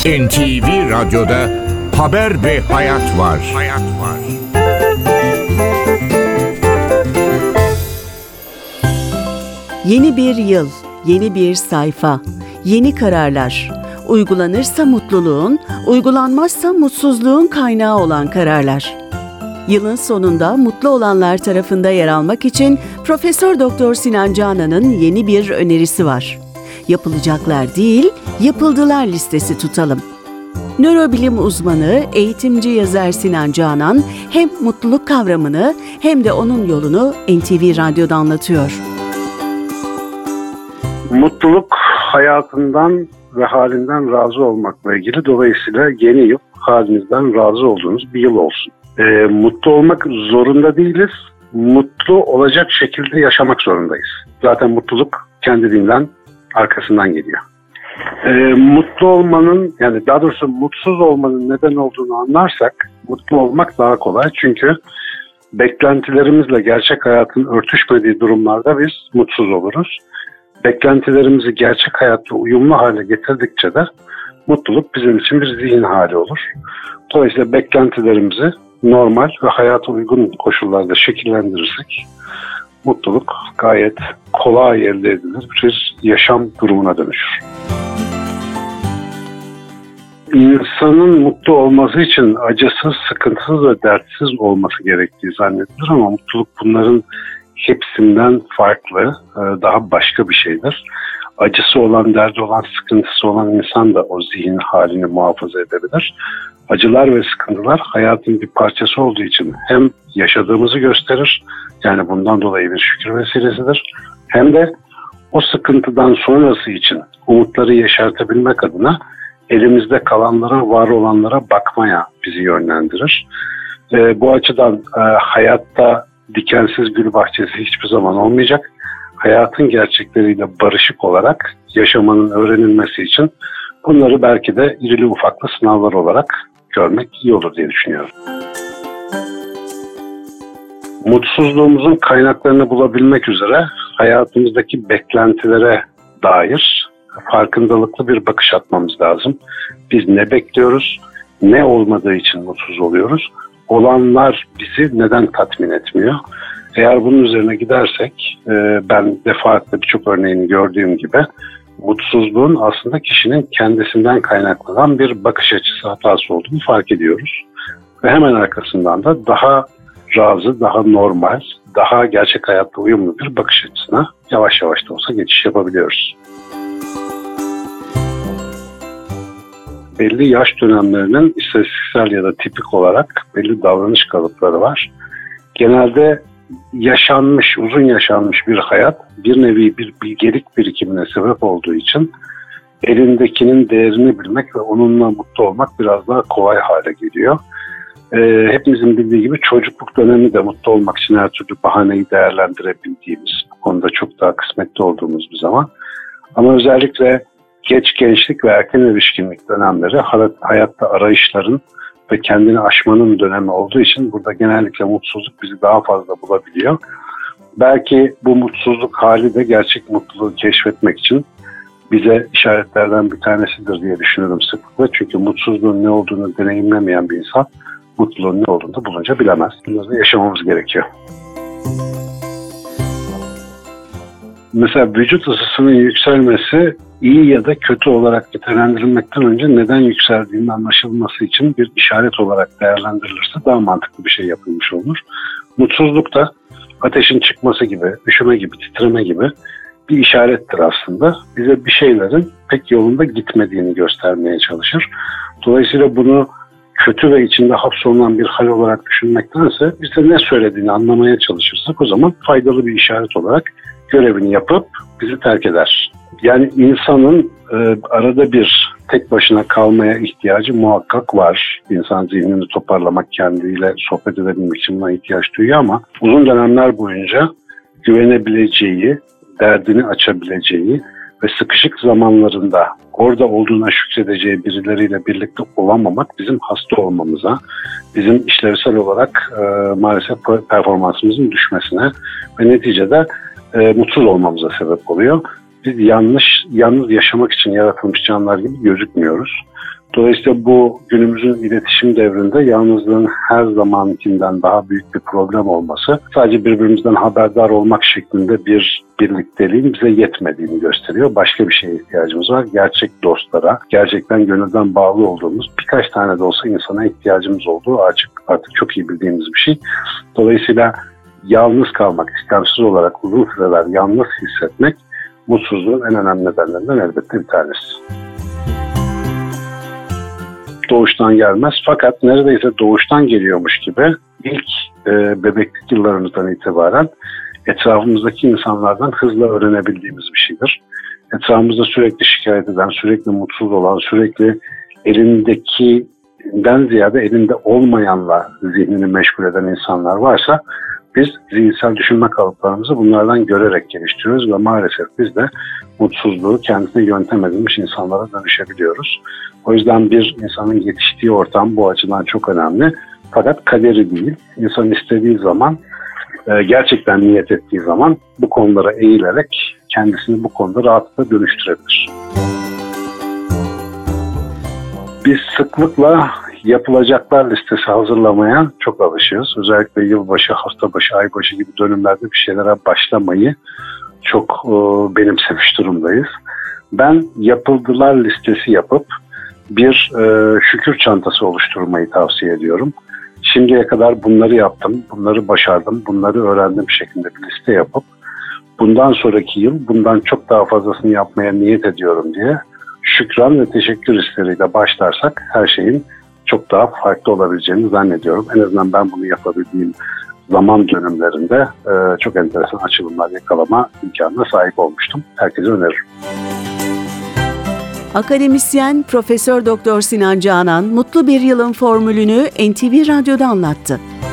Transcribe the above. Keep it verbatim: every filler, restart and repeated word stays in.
N T V Radyo'da haber ve hayat var. Hayat var. Yeni bir yıl, yeni bir sayfa, yeni kararlar. Uygulanırsa mutluluğun, uygulanmazsa mutsuzluğun kaynağı olan kararlar. Yılın sonunda mutlu olanlar tarafında yer almak için Profesör Doktor Sinan Canan'ın yeni bir önerisi var. Yapılacaklar değil, yapıldılar listesi tutalım. Nörobilim uzmanı, eğitimci yazar Sinan Canan hem mutluluk kavramını hem de onun yolunu N T V Radyo'da anlatıyor. Mutluluk hayatından ve halinden razı olmakla ilgili, dolayısıyla yeni yıl halinizden razı olduğunuz bir yıl olsun. E, mutlu olmak zorunda değiliz, mutlu olacak şekilde yaşamak zorundayız. Zaten mutluluk kendiliğinden arkasından geliyor. E, mutlu olmanın, yani daha doğrusu mutsuz olmanın neden olduğunu anlarsak mutlu olmak daha kolay. Çünkü beklentilerimizle gerçek hayatın örtüşmediği durumlarda biz mutsuz oluruz. Beklentilerimizi gerçek hayatla uyumlu hale getirdikçe de mutluluk bizim için bir zihin hali olur. Dolayısıyla beklentilerimizi normal ve hayata uygun koşullarda şekillendirirsek mutluluk gayet kolay elde edilir bir yaşam durumuna dönüşür. İnsanın mutlu olması için acısız, sıkıntısız ve dertsiz olması gerektiği zannedilir ama mutluluk bunların hepsinden farklı, daha başka bir şeydir. Acısı olan, derdi olan, sıkıntısı olan insan da o zihin halini muhafaza edebilir. Acılar ve sıkıntılar hayatın bir parçası olduğu için hem yaşadığımızı gösterir, yani bundan dolayı bir şükür vesilesidir, hem de o sıkıntıdan sonrası için umutları yeşertebilmek adına elimizde kalanlara, var olanlara bakmaya bizi yönlendirir. E, bu açıdan e, hayatta dikensiz gül bahçesi hiçbir zaman olmayacak. Hayatın gerçekleriyle barışık olarak yaşamanın öğrenilmesi için bunları belki de irili ufaklı sınavlar olarak görmek iyi olur diye düşünüyorum. Mutsuzluğumuzun kaynaklarını bulabilmek üzere hayatımızdaki beklentilere dair farkındalıklı bir bakış atmamız lazım. Biz ne bekliyoruz, ne olmadığı için mutsuz oluyoruz, olanlar bizi neden tatmin etmiyor? Eğer bunun üzerine gidersek, ben defaatle birçok örneğini gördüğüm gibi, mutsuzluğun aslında kişinin kendisinden kaynaklanan bir bakış açısı hatası olduğunu fark ediyoruz. Ve hemen arkasından da daha razı, daha normal, daha gerçek hayatla uyumlu bir bakış açısına yavaş yavaş da olsa geçiş yapabiliyoruz. Belli yaş dönemlerinin istatistiksel ya da tipik olarak belli davranış kalıpları var. Genelde yaşanmış, uzun yaşanmış bir hayat bir nevi bir bilgelik birikimine sebep olduğu için elindekinin değerini bilmek ve onunla mutlu olmak biraz daha kolay hale geliyor. Ee, hepimizin bildiği gibi çocukluk dönemi de mutlu olmak için her türlü bahaneyi değerlendirebildiğimiz, bu konuda çok daha kısmetli olduğumuz bir zaman. Ama özellikle geç gençlik ve erken erişkinlik dönemleri hayatta arayışların ve kendini aşmanın dönemi olduğu için burada genellikle mutsuzluk bizi daha fazla bulabiliyor. Belki bu mutsuzluk hali de gerçek mutluluğu keşfetmek için bize işaretlerden bir tanesidir diye düşünüyorum sıklıkla. Çünkü mutsuzluğun ne olduğunu deneyimlemeyen bir insan mutluluğun ne olduğunu da bulunca bilemez. Bunları yaşamamız gerekiyor. Mesela vücut ısısının yükselmesi iyi ya da kötü olarak nitelendirilmekten önce neden yükseldiğinin anlaşılması için bir işaret olarak değerlendirilirse daha mantıklı bir şey yapılmış olur. Mutsuzluk da ateşin çıkması gibi, üşüme gibi, titreme gibi bir işarettir aslında. Bize bir şeylerin pek yolunda gitmediğini göstermeye çalışır. Dolayısıyla bunu kötü ve içinde hapsolunan bir hal olarak düşünmektense bize ne söylediğini anlamaya çalışırsak o zaman faydalı bir işaret olarak görevini yapıp bizi terk eder. Yani insanın e, arada bir tek başına kalmaya ihtiyacı muhakkak var. İnsan zihnini toparlamak, kendiyle sohbet edebilmek için buna ihtiyaç duyuyor ama uzun dönemler boyunca güvenebileceği, derdini açabileceği ve sıkışık zamanlarında orada olduğuna şükredeceği birileriyle birlikte olamamak bizim hasta olmamıza, bizim işlevsel olarak e, maalesef performansımızın düşmesine ve neticede e, mutsuz olmamıza sebep oluyor. biz yanlış, yalnız yaşamak için yaratılmış canlılar gibi gözükmüyoruz. Dolayısıyla bu günümüzün iletişim devrinde yalnızlığın her zamankinden daha büyük bir problem olması, sadece birbirimizden haberdar olmak şeklinde bir birlikteliğin bize yetmediğini gösteriyor. Başka bir şeye ihtiyacımız var. Gerçek dostlara, gerçekten gönülden bağlı olduğumuz, birkaç tane de olsa insana ihtiyacımız olduğu açık, artık çok iyi bildiğimiz bir şey. Dolayısıyla yalnız kalmak, istemsiz olarak uzun süreler yalnız hissetmek, mutsuzluğun en önemli nedenlerinden elbette bir tanesi. Doğuştan gelmez, fakat neredeyse doğuştan geliyormuş gibi ilk e, bebeklik yıllarımızdan itibaren etrafımızdaki insanlardan hızla öğrenebildiğimiz bir şeydir. Etrafımızda sürekli şikayet eden, sürekli mutsuz olan, sürekli elindekinden ziyade elinde olmayanla zihnini meşgul eden insanlar varsa biz zihinsel düşünme kalıplarımızı bunlardan görerek geliştiriyoruz ve maalesef biz de mutsuzluğu kendisine yöntem edilmiş insanlara dönüşebiliyoruz. O yüzden bir insanın yetiştiği ortam bu açıdan çok önemli. Fakat kaderi değil. İnsan istediği zaman, gerçekten niyet ettiği zaman bu konulara eğilerek kendisini bu konuda rahatlıkla dönüştürebilir. Biz sıklıkla yapılacaklar listesi hazırlamaya çok alışıyoruz. Özellikle yılbaşı, hafta başı, ay başı gibi dönemlerde bir şeylere başlamayı çok e, benimsemiş durumdayız. Ben yapıldılar listesi yapıp bir e, şükür çantası oluşturmayı tavsiye ediyorum. Şimdiye kadar bunları yaptım, bunları başardım, bunları öğrendim şeklinde bir liste yapıp bundan sonraki yıl bundan çok daha fazlasını yapmaya niyet ediyorum diye şükran ve teşekkür hisleriyle başlarsak her şeyin çok daha farklı olabileceğini zannediyorum. En azından ben bunu yapabildiğim zaman dönemlerinde e, çok enteresan açılımlar yakalama imkanına sahip olmuştum. Herkese öneririm. Akademisyen Profesör Doktor Sinan Canan mutlu bir yılın formülünü N T V Radyo'da anlattı.